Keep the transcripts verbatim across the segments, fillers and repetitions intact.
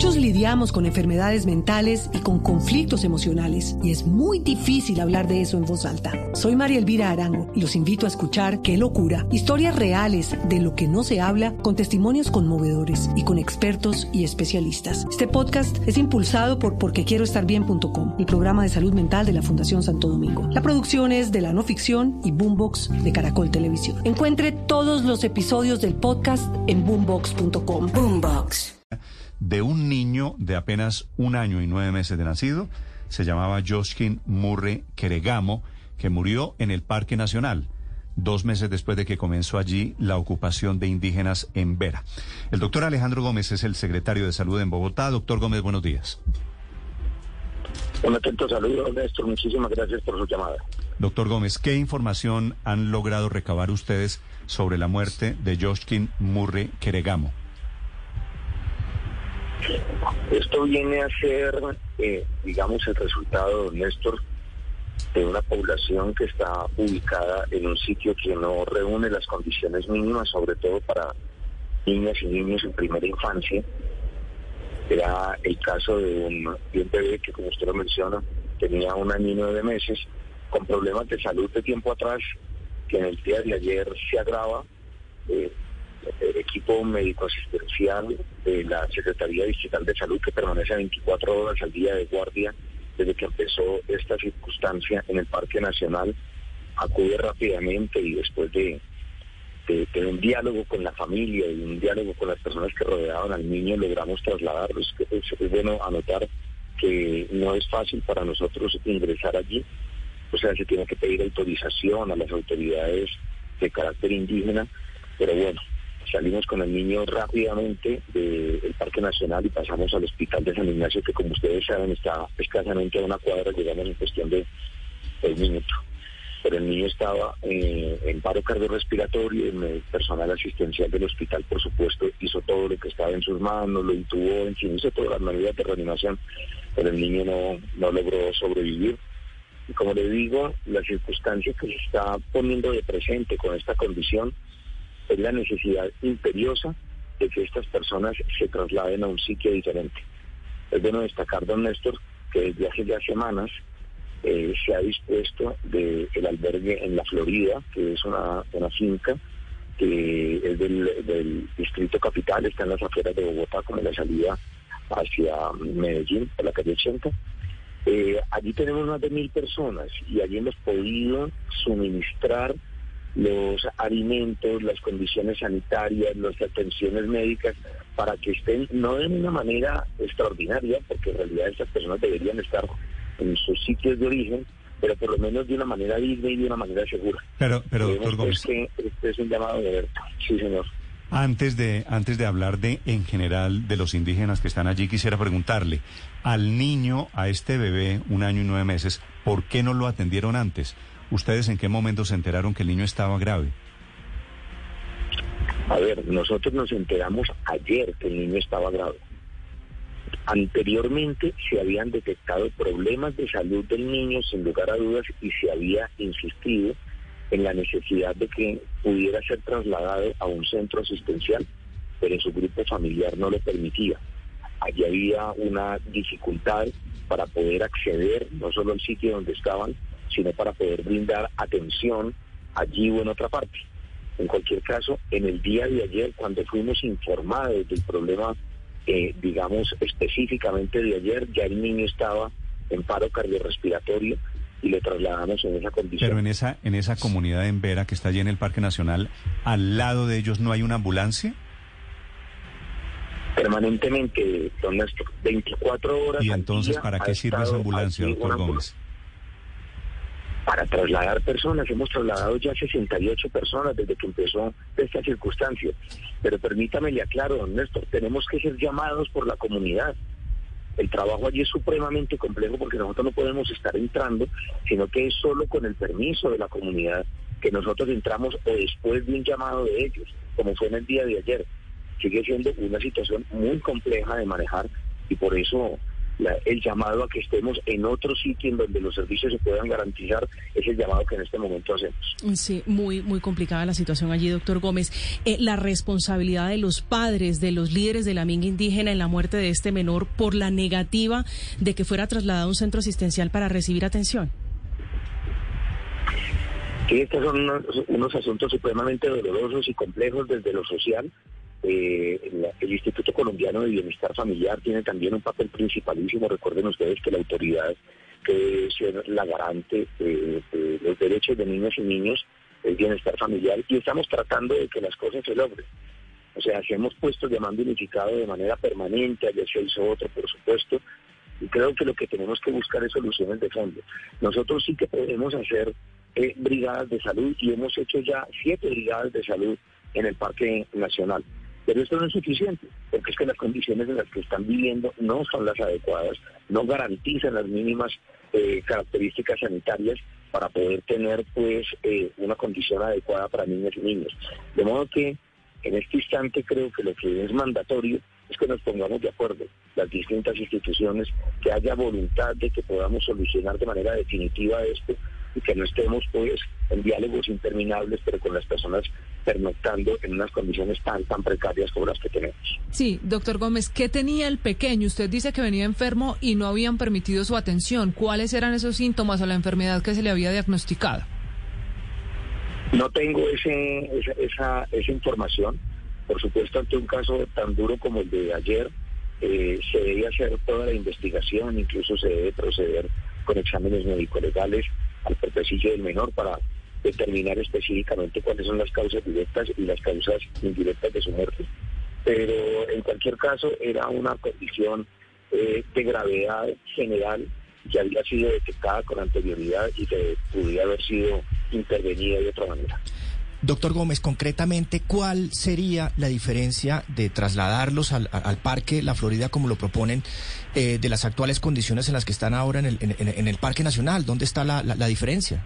Muchos lidiamos con enfermedades mentales y con conflictos emocionales, y es muy difícil hablar de eso en voz alta. Soy María Elvira Arango y los invito a escuchar Qué Locura, historias reales de lo que no se habla, con testimonios conmovedores y con expertos y especialistas. Este podcast es impulsado por porque quiero estar bien punto com, el programa de salud mental de la Fundación Santo Domingo. La producción es de La No Ficción y Boombox de Caracol Televisión. Encuentre todos los episodios del podcast en boombox punto com. Boombox. De un niño de apenas un año y nueve meses de nacido, se llamaba Joshkin Murray Keregamo, que murió en el Parque Nacional, dos meses después de que comenzó allí la ocupación de indígenas en Vera. El doctor Alejandro Gómez es el secretario de Salud en Bogotá. Doctor Gómez, buenos días. Un atento saludo, Néstor. Muchísimas gracias por su llamada. Doctor Gómez, ¿qué información han logrado recabar ustedes sobre la muerte de Joshkin Murray Keregamo? Esto viene a ser, eh, digamos, el resultado, Néstor, de una población que está ubicada en un sitio que no reúne las condiciones mínimas, sobre todo para niñas y niños en primera infancia. Era el caso de un, de un bebé que, como usted lo menciona, tenía un año y nueve meses, con problemas de salud de tiempo atrás, que en el día de ayer se agrava. Eh, el equipo médico asistencial de la Secretaría Distrital de Salud, que permanece veinticuatro horas al día de guardia desde que empezó esta circunstancia en el Parque Nacional, acude rápidamente y después de, de, de un diálogo con la familia y un diálogo con las personas que rodeaban al niño, logramos trasladarlos. Es, es bueno anotar que no es fácil para nosotros ingresar allí, o sea, se tiene que pedir autorización a las autoridades de carácter indígena, pero bueno, salimos con el niño rápidamente del Parque Nacional y pasamos al Hospital de San Ignacio, que como ustedes saben está escasamente a una cuadra, llegamos en cuestión de un minuto. Pero el niño estaba eh, en paro cardiorrespiratorio, y el personal asistencial del hospital, por supuesto, hizo todo lo que estaba en sus manos, lo intubó, en fin, hizo todas las medidas de reanimación, pero el niño no, no logró sobrevivir. Y como le digo, la circunstancia que se está poniendo de presente con esta condición es la necesidad imperiosa de que estas personas se trasladen a un sitio diferente. Es bueno destacar, don Néstor, que desde hace ya semanas eh, se ha dispuesto de el albergue en la Florida, que es una, una finca que es del, del distrito capital, está en las afueras de Bogotá, como en la salida hacia Medellín, por la calle ochenta. Eh, allí tenemos más de mil personas y allí hemos podido suministrar los alimentos, las condiciones sanitarias, las atenciones médicas, para que estén no de una manera extraordinaria, porque en realidad estas personas deberían estar en sus sitios de origen, pero por lo menos de una manera digna y de una manera segura. Pero, pero doctor Gómez, que este es un llamado de alerta. Sí, señor. Antes de, antes de hablar de, en general, de los indígenas que están allí, quisiera preguntarle, al niño, a este bebé, un año y nueve meses, ¿por qué no lo atendieron antes? ¿Ustedes en qué momento se enteraron que el niño estaba grave? A ver, nosotros nos enteramos ayer que el niño estaba grave. Anteriormente se habían detectado problemas de salud del niño, sin lugar a dudas, y se había insistido en la necesidad de que pudiera ser trasladado a un centro asistencial, pero su grupo familiar no lo permitía. Allí había una dificultad para poder acceder no solo al sitio donde estaban, sino para poder brindar atención allí o en otra parte. En cualquier caso, en el día de ayer, cuando fuimos informados del problema, eh, digamos, específicamente de ayer, ya el niño estaba en paro cardiorrespiratorio y le trasladamos en esa condición. Pero en esa, en esa comunidad en Vera, que está allí en el Parque Nacional, ¿al lado de ellos no hay una ambulancia? Permanentemente, don Néstor, veinticuatro horas. ¿Y entonces para qué sirve esa ambulancia, doctor Gómez? Para trasladar personas. Hemos trasladado ya sesenta y ocho personas desde que empezó esta circunstancia. Pero permítame le aclaro, don Néstor, tenemos que ser llamados por la comunidad. El trabajo allí es supremamente complejo porque nosotros no podemos estar entrando, sino que es solo con el permiso de la comunidad que nosotros entramos o después de un llamado de ellos, como fue en el día de ayer. Sigue siendo una situación muy compleja de manejar y por eso, pues, la, el llamado a que estemos en otro sitio en donde los servicios se puedan garantizar, es el llamado que en este momento hacemos. Sí, muy, muy complicada la situación allí, doctor Gómez. Eh, la responsabilidad de los padres, de los líderes de la minga indígena en la muerte de este menor por la negativa de que fuera trasladado a un centro asistencial para recibir atención. Sí, estos son unos, unos asuntos supremamente dolorosos y complejos desde lo social. Eh, la, el Instituto Colombiano de Bienestar Familiar tiene también un papel principalísimo. Recuerden ustedes que la autoridad que debe ser la garante de, de los derechos de niñas y niños, el bienestar familiar, y estamos tratando de que las cosas se logren. O sea, si hemos puesto de mando unificado de manera permanente, ayer se hizo otro, por supuesto, y creo que lo que tenemos que buscar es soluciones de fondo. Nosotros sí que podemos hacer eh, brigadas de salud, y hemos hecho ya siete brigadas de salud en el Parque Nacional. Pero esto no es suficiente, porque es que las condiciones en las que están viviendo no son las adecuadas, no garantizan las mínimas eh, características sanitarias para poder tener pues eh, una condición adecuada para niñas y niños. De modo que en este instante creo que lo que es mandatorio es que nos pongamos de acuerdo, las distintas instituciones, que haya voluntad de que podamos solucionar de manera definitiva esto, y que no estemos pues en diálogos interminables, pero con las personas pernoctando en unas condiciones tan tan precarias como las que tenemos. Sí, doctor Gómez, ¿qué tenía el pequeño? Usted dice que venía enfermo y no habían permitido su atención. ¿Cuáles eran esos síntomas o la enfermedad que se le había diagnosticado? No tengo ese esa, esa, esa información. Por supuesto, ante un caso tan duro como el de ayer, eh, se debe hacer toda la investigación, incluso se debe proceder con exámenes médico-legales al cuerpecillo del menor para determinar específicamente cuáles son las causas directas y las causas indirectas de su muerte. Pero en cualquier caso era una condición eh, de gravedad general que había sido detectada con anterioridad y que pudiera haber sido intervenida de otra manera. Doctor Gómez, concretamente, ¿cuál sería la diferencia de trasladarlos al, al Parque La Florida, como lo proponen, eh, de las actuales condiciones en las que están ahora en el, en, en el Parque Nacional? ¿Dónde está la, la, la diferencia?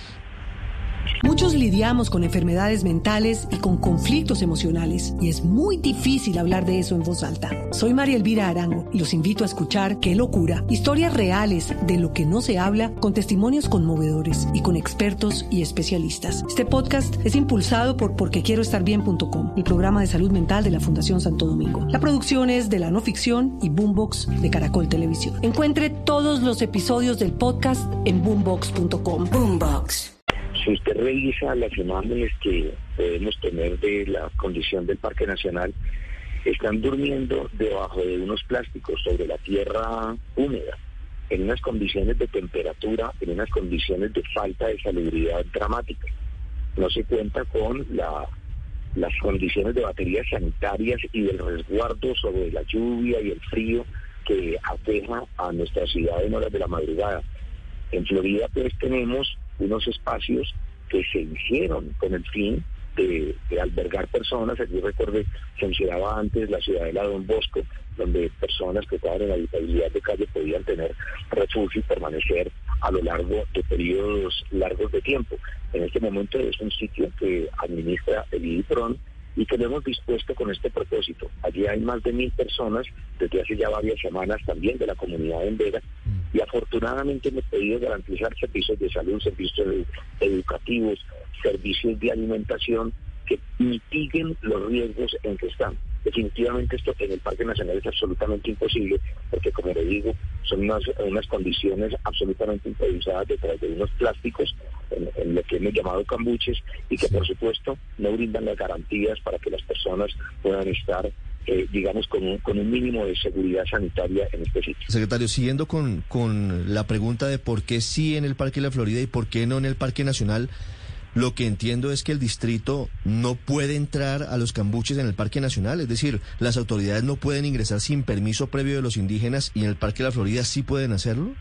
Muchos lidiamos con enfermedades mentales y con conflictos emocionales, y es muy difícil hablar de eso en voz alta. Soy María Elvira Arango y los invito a escuchar Qué Locura, historias reales de lo que no se habla, con testimonios conmovedores y con expertos y especialistas. Este podcast es impulsado por porque quiero estar bien punto com, el programa de salud mental de la Fundación Santo Domingo. La producción es de La No Ficción y Boombox de Caracol Televisión. Encuentre todos los episodios del podcast en boombox punto com. Boombox. Si usted revisa las imágenes que podemos tener de la condición del Parque Nacional, están durmiendo debajo de unos plásticos sobre la tierra húmeda, en unas condiciones de temperatura, en unas condiciones de falta de salubridad dramática. No se cuenta con la, las condiciones de baterías sanitarias y del resguardo sobre la lluvia y el frío que aqueja a nuestra ciudad en horas de la madrugada. En Florida pues tenemos unos espacios que se hicieron con el fin de, de albergar personas. Aquí recuerde, se mencionaba antes la ciudadela Don Bosco, donde personas que estaban en la habitabilidad de calle podían tener refugio y permanecer a lo largo de periodos largos de tiempo. En este momento es un sitio que administra el IDIPRON y que lo hemos dispuesto con este propósito. Allí hay más de mil personas desde hace ya varias semanas, también de la comunidad de Vega, y afortunadamente hemos podido garantizar servicios de salud, servicios educativos, servicios de alimentación que mitiguen los riesgos en que están. Definitivamente esto en el Parque Nacional es absolutamente imposible, porque como le digo, son unas, unas condiciones absolutamente improvisadas detrás de unos plásticos en, en lo que hemos llamado cambuches, y que por supuesto no brindan las garantías para que las personas puedan estar Eh, digamos, con un, con un mínimo de seguridad sanitaria en este sitio. Secretario, siguiendo con, con la pregunta de por qué sí en el Parque La Florida y por qué no en el Parque Nacional, lo que entiendo es que el distrito no puede entrar a los cambuches en el Parque Nacional, es decir, las autoridades no pueden ingresar sin permiso previo de los indígenas, y en el Parque La Florida sí pueden hacerlo.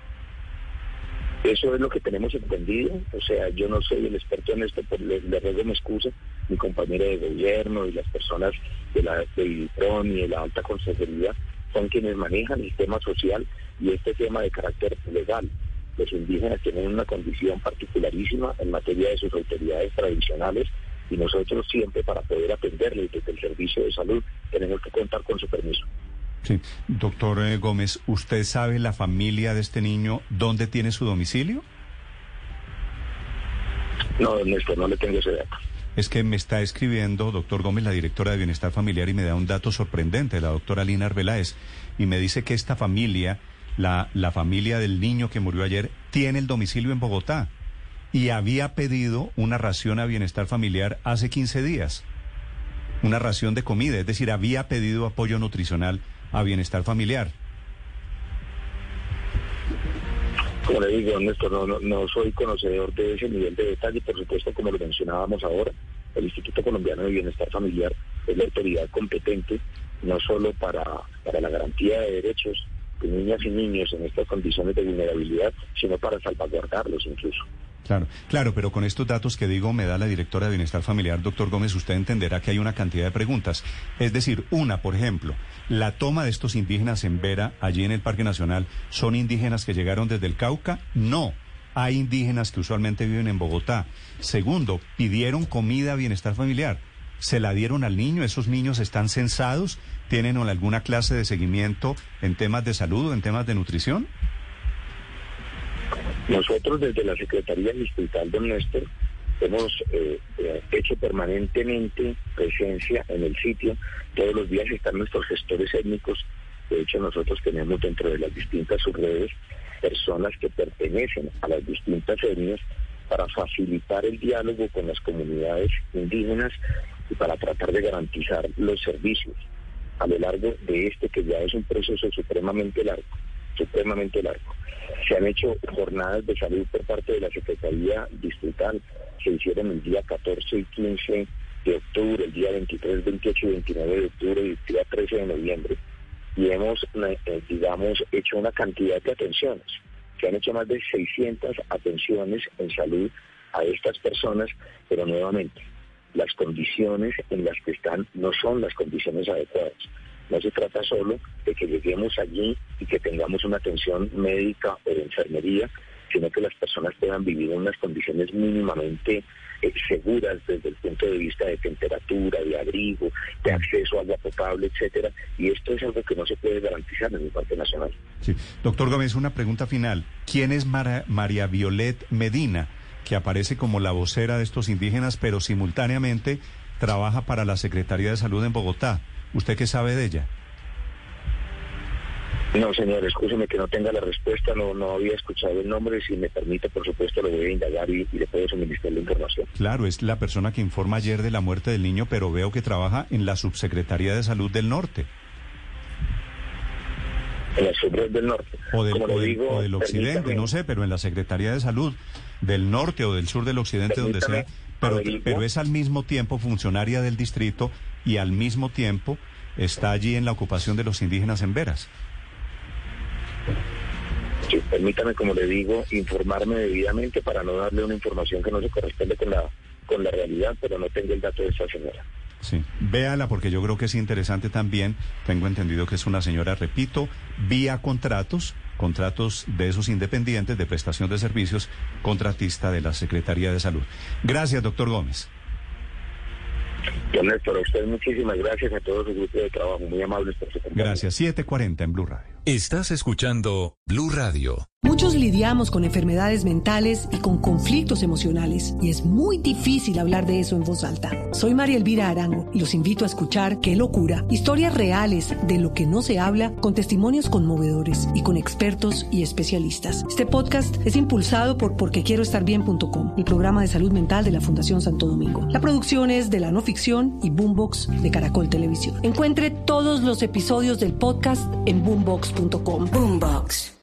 Eso es lo que tenemos entendido. O sea, yo no soy el experto en esto, pero le, le ruego me excusa, mi compañero de gobierno y las personas de la del IDIPRON y de la alta consejería son quienes manejan el tema social y este tema de carácter legal. Los indígenas tienen una condición particularísima en materia de sus autoridades tradicionales, y nosotros siempre, para poder atenderles desde el servicio de salud, tenemos que contar con su permiso. Sí, doctor eh, Gómez, ¿usted sabe la familia de este niño dónde tiene su domicilio? No, Néstor, no le tengo ese dato. Es que me está escribiendo, doctor Gómez, la directora de Bienestar Familiar, y me da un dato sorprendente, la doctora Lina Arbeláez, y me dice que esta familia, la, la familia del niño que murió ayer, tiene el domicilio en Bogotá y había pedido una ración a Bienestar Familiar hace quince días, una ración de comida, es decir, había pedido apoyo nutricional a Bienestar Familiar. Como le digo, Néstor, no, no, no soy conocedor de ese nivel de detalle. Por supuesto, como lo mencionábamos ahora, el Instituto Colombiano de Bienestar Familiar es la autoridad competente, no solo para, para la garantía de derechos de niñas y niños en estas condiciones de vulnerabilidad, sino para salvaguardarlos incluso. Claro, claro, pero con estos datos que digo me da la directora de Bienestar Familiar, doctor Gómez, usted entenderá que hay una cantidad de preguntas. Es decir, una, por ejemplo, la toma de estos indígenas en Vera, allí en el Parque Nacional, ¿son indígenas que llegaron desde el Cauca? No, hay indígenas que usualmente viven en Bogotá. Segundo, pidieron comida a Bienestar Familiar. ¿Se la dieron al niño? ¿Esos niños están censados? ¿Tienen alguna clase de seguimiento en temas de salud o en temas de nutrición? Nosotros desde la Secretaría Distrital, don Néstor, hemos eh, eh, hecho permanentemente presencia en el sitio. Todos los días están nuestros gestores étnicos. De hecho, nosotros tenemos dentro de las distintas subredes personas que pertenecen a las distintas etnias para facilitar el diálogo con las comunidades indígenas y para tratar de garantizar los servicios a lo largo de este que ya es un proceso supremamente largo, supremamente largo. Se han hecho jornadas de salud por parte de la Secretaría Distrital. Se hicieron el día catorce y quince de octubre, el día veintitrés, veintiocho y veintinueve de octubre y el día trece de noviembre. Y hemos, eh, digamos, hecho una cantidad de atenciones. Se han hecho más de seiscientas atenciones en salud a estas personas, pero nuevamente, las condiciones en las que están no son las condiciones adecuadas. No se trata solo de que lleguemos allí y que tengamos una atención médica o de enfermería, sino que las personas puedan vivir en unas condiciones mínimamente eh, seguras desde el punto de vista de temperatura, de abrigo, de acceso a agua potable, etcétera. Y esto es algo que no se puede garantizar en el Parque Nacional. Sí. Doctor Gómez, una pregunta final. ¿Quién es Mara, María Violet Medina, que aparece como la vocera de estos indígenas, pero simultáneamente trabaja para la Secretaría de Salud en Bogotá? ¿Usted qué sabe de ella? No, señor, escúcheme que no tenga la respuesta, no no había escuchado el nombre. Si me permite, por supuesto, lo voy a indagar y, y le puedo suministrar la información. Claro, es la persona que informa ayer de la muerte del niño, pero veo que trabaja en la Subsecretaría de Salud del Norte. En la Subred del Norte. O del, Como o le del, digo, o del Occidente, permítame, no sé, pero en la Secretaría de Salud del Norte o del Sur del Occidente, donde sea. Pero, pero es al mismo tiempo funcionaria del distrito y al mismo tiempo está allí en la ocupación de los indígenas en Veras. Sí, permítame, como le digo, informarme debidamente para no darle una información que no se corresponde con la con la realidad, pero no tengo el dato de esta señora. Sí, véala porque yo creo que es interesante también. Tengo entendido que es una señora, repito, vía contratos, contratos de esos independientes de prestación de servicios, contratista de la Secretaría de Salud. Gracias, doctor Gómez. Don Néstor, a usted muchísimas gracias, a todo su grupo de trabajo, muy amables por su compañía. Gracias, siete cuarenta en Blue Radio. Estás escuchando Blue Radio. Muchos lidiamos con enfermedades mentales y con conflictos emocionales, y es muy difícil hablar de eso en voz alta. Soy María Elvira Arango y los invito a escuchar Qué locura, historias reales de lo que no se habla, con testimonios conmovedores y con expertos y especialistas. Este podcast es impulsado por porquequieroestarbien punto com, el programa de salud mental de la Fundación Santo Domingo. La producción es de La No Ficción y Boombox de Caracol Televisión. Encuentre todos los episodios del podcast en boombox punto com. Boombox.